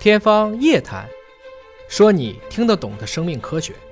天方夜谭，说你听得懂的生命科学。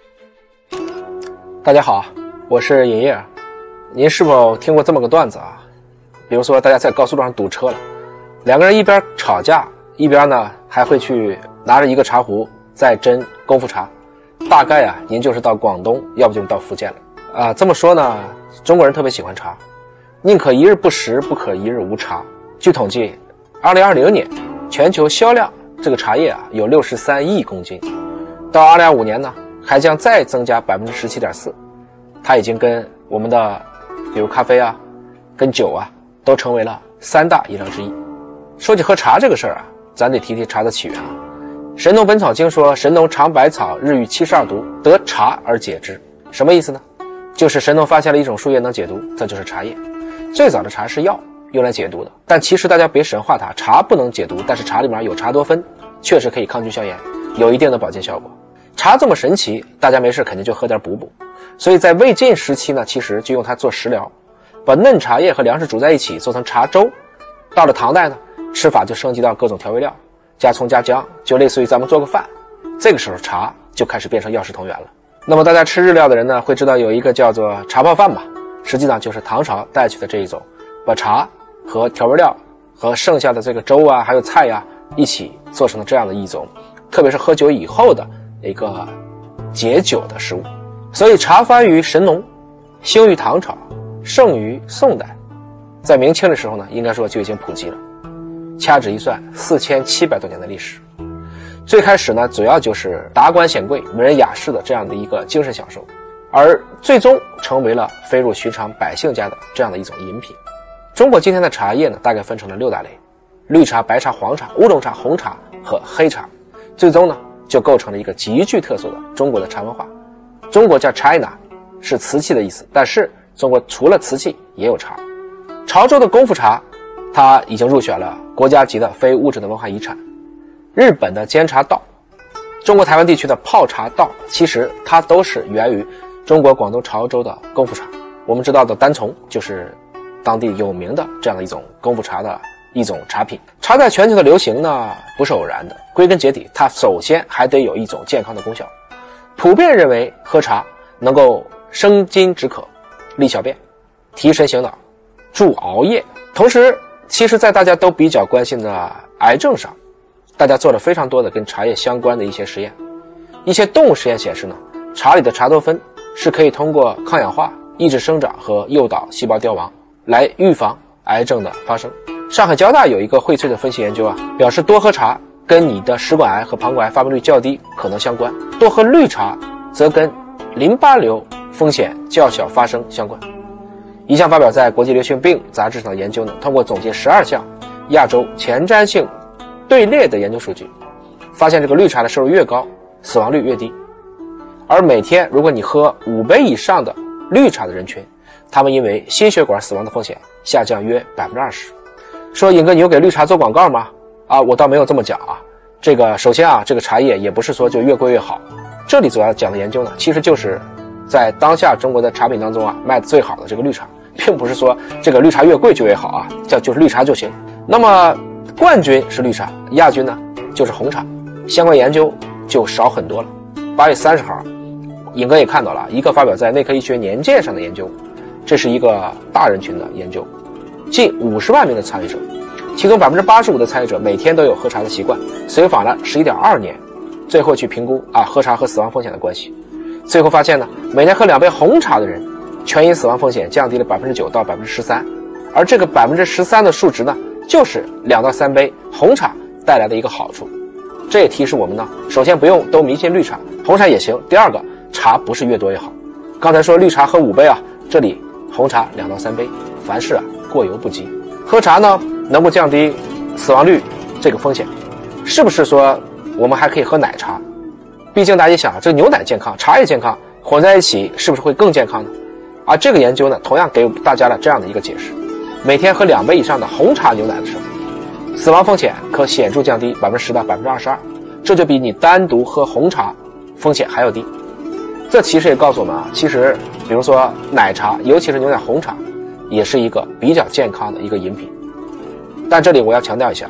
大家好，我是尹烨。您是否听过这么个段子啊？比如说大家在高速路上堵车了，两个人一边吵架，一边呢还会去拿着一个茶壶在斟功夫茶。大概啊，您就是到广东，要不就是到福建了。这么说呢，中国人特别喜欢茶，宁可一日不食，不可一日无茶。据统计，2020年全球销量这个茶叶啊有63亿公斤，到2025年呢还将再增加 17.4%。它已经跟我们的比如咖啡啊跟酒啊都成为了3大饮料之一。说起喝茶这个事儿啊，咱得提提茶的起源啊。神农本草经说，神农尝百草，日遇72毒，得茶而解之。什么意思呢？就是神农发现了一种树叶能解毒，这就是茶叶。最早的茶是药，用来解毒的，但其实大家别神化它，茶不能解毒，但是茶里面有茶多酚，确实可以抗菌消炎，有一定的保健效果。茶这么神奇，大家没事肯定就喝点补补。所以在魏晋时期呢，其实就用它做食疗，把嫩茶叶和粮食煮在一起做成茶粥。到了唐代呢，吃法就升级到各种调味料，加葱加姜，就类似于咱们做个饭。这个时候茶就开始变成药食同源了。那么大家吃日料的人呢，会知道有一个叫做茶泡饭吧，实际上就是唐朝带去的这一种，把茶和调味料和剩下的这个粥啊还有菜啊一起做成了这样的一种，特别是喝酒以后的一个解酒的食物。所以茶发于神农，兴于唐朝，盛于宋代，在明清的时候呢，应该说就已经普及了。掐指一算，4700多年的历史。最开始呢，主要就是达官显贵、文人雅士的这样的一个精神享受，而最终成为了飞入寻常百姓家的这样的一种饮品。中国今天的茶叶呢，大概分成了6大类：绿茶、白茶、黄茶、乌龙茶、红茶和黑茶。最终呢，就构成了一个极具特色的中国的茶文化。中国叫 China， 是瓷器的意思，但是中国除了瓷器也有茶。潮州的功夫茶，它已经入选了国家级的非物质的文化遗产。日本的煎茶道，中国台湾地区的泡茶道，其实它都是源于中国广东潮州的功夫茶。我们知道的单丛就是当地有名的这样的一种功夫茶的一种茶品。茶在全球的流行呢，不是偶然的，归根结底它首先还得有一种健康的功效。普遍认为喝茶能够生津止渴、利小便、提神醒脑、助熬夜。同时其实在大家都比较关心的癌症上，大家做了非常多的跟茶叶相关的一些实验。一些动物实验显示呢，茶里的茶多酚是可以通过抗氧化、抑制生长和诱导细胞凋亡来预防癌症的发生。上海交大有一个荟萃的分析研究啊，表示多喝茶跟你的食管癌和膀胱癌发病率较低可能相关，多喝绿茶则跟淋巴瘤风险较小发生相关。一项发表在国际流行病杂志上的研究呢，通过总结12项亚洲前瞻性队列的研究数据，发现这个绿茶的摄入越高，死亡率越低。而每天如果你喝5杯以上的绿茶的人群，他们因为心血管死亡的风险下降约 20%。 说尹哥你有给绿茶做广告吗？我倒没有这么讲啊。这个首先啊，这个茶叶也不是说就越贵越好。这里主要讲的研究呢，其实就是在当下中国的茶品当中啊，卖的最好的这个绿茶，并不是说这个绿茶越贵就越好啊，就是绿茶就行。那么冠军是绿茶，亚军呢就是红茶，相关研究就少很多了。8月30号，尹哥也看到了一个发表在内科医学年鉴上的研究，这是一个大人群的研究，近50万名的参与者，其中 85% 的参与者每天都有喝茶的习惯，随访了 11.2 年，最后去评估喝茶和死亡风险的关系。最后发现呢，每天喝2杯红茶的人，全因死亡风险降低了 9% 到 13%， 而这个 13% 的数值呢，就是2到3杯红茶带来的一个好处。这也提示我们呢，首先不用都迷信绿茶，红茶也行。第二个，茶不是越多越好。刚才说绿茶喝5杯啊，这里红茶2到3杯，凡事过犹不及。喝茶呢，能够降低死亡率这个风险，是不是说我们还可以喝奶茶？毕竟大家想这个牛奶健康，茶也健康，混在一起是不是会更健康呢？这个研究呢，同样给大家了这样的一个解释：每天喝2杯以上的红茶牛奶的时候，死亡风险可显著降低 10% 到 22%， 这就比你单独喝红茶风险还要低。这其实也告诉我们其实比如说奶茶，尤其是牛奶红茶，也是一个比较健康的一个饮品。但这里我要强调一下，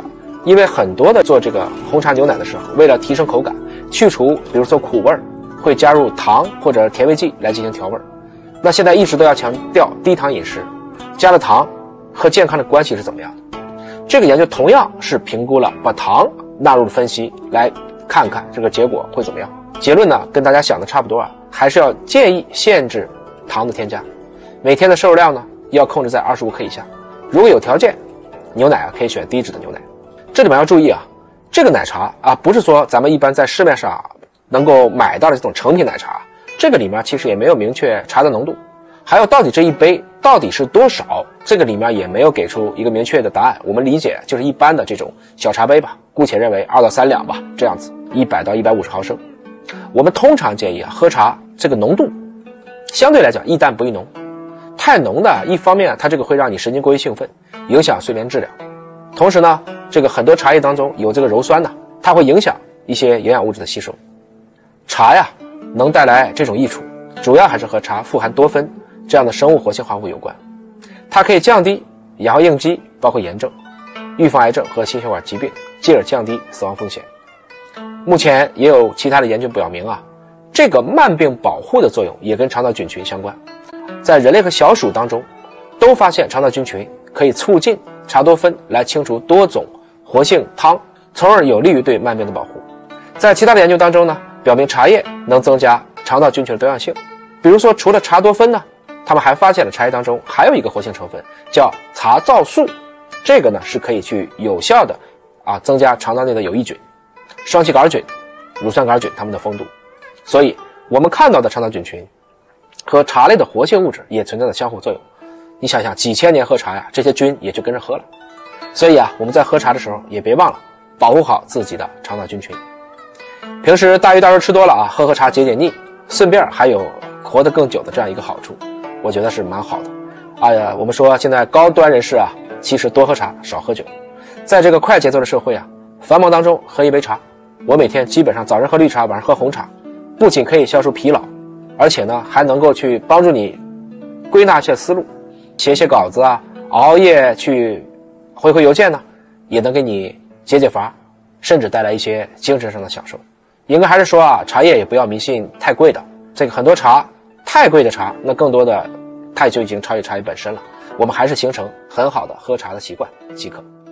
因为很多的做这个红茶牛奶的时候，为了提升口感，去除比如说苦味，会加入糖或者甜味剂来进行调味。那现在一直都要强调低糖饮食，加了糖和健康的关系是怎么样的？这个研究同样是评估了把糖纳入分析，来看看这个结果会怎么样。结论呢跟大家想的差不多啊，还是要建议限制糖的添加，每天的摄入量呢要控制在25克以下。如果有条件，牛奶可以选低脂的牛奶。这里面要注意啊，这个奶茶不是说咱们一般在市面上能够买到的这种成品奶茶，这个里面其实也没有明确茶的浓度，还有到底这一杯到底是多少，这个里面也没有给出一个明确的答案。我们理解就是一般的这种小茶杯吧，姑且认为2到3两吧，这样子100到150毫升。我们通常建议喝茶这个浓度相对来讲宜淡不宜浓，太浓的一方面它这个会让你神经过于兴奋，影响睡眠质量。同时呢，这个很多茶叶当中有这个鞣酸呢，它会影响一些营养物质的吸收。茶呀能带来这种益处，主要还是和茶富含多酚这样的生物活性化合物有关。它可以降低牙后应激，包括炎症，预防癌症和心血管疾病，进而降低死亡风险。目前也有其他的研究表明这个慢病保护的作用也跟肠道菌群相关。在人类和小鼠当中都发现肠道菌群可以促进茶多酚来清除多种活性汤，从而有利于对慢病的保护。在其他的研究当中呢，表明茶叶能增加肠道菌群的多样性。比如说除了茶多酚呢，他们还发现了茶叶当中还有一个活性成分叫茶皂素，这个呢是可以去有效的增加肠道内的有益菌、双歧杆菌、乳酸杆菌它们的丰度。所以我们看到的肠道菌群和茶类的活性物质也存在着相互作用。你想想几千年喝茶呀，这些菌也就跟着喝了。所以我们在喝茶的时候也别忘了保护好自己的肠道菌群。平时大鱼大肉吃多了喝喝茶解解腻，顺便还有活得更久的这样一个好处，我觉得是蛮好的。我们说现在高端人士其实多喝茶少喝酒。在这个快节奏的社会繁忙当中喝一杯茶，我每天基本上早上喝绿茶，晚上喝红茶，不仅可以消除疲劳，而且呢还能够去帮助你归纳一些思路，写写稿子熬夜去回邮件呢，也能给你解解乏，甚至带来一些精神上的享受。应该还是说茶叶也不要迷信太贵的，这个很多茶太贵的茶，那更多的它就已经超越茶叶本身了。我们还是形成很好的喝茶的习惯即可。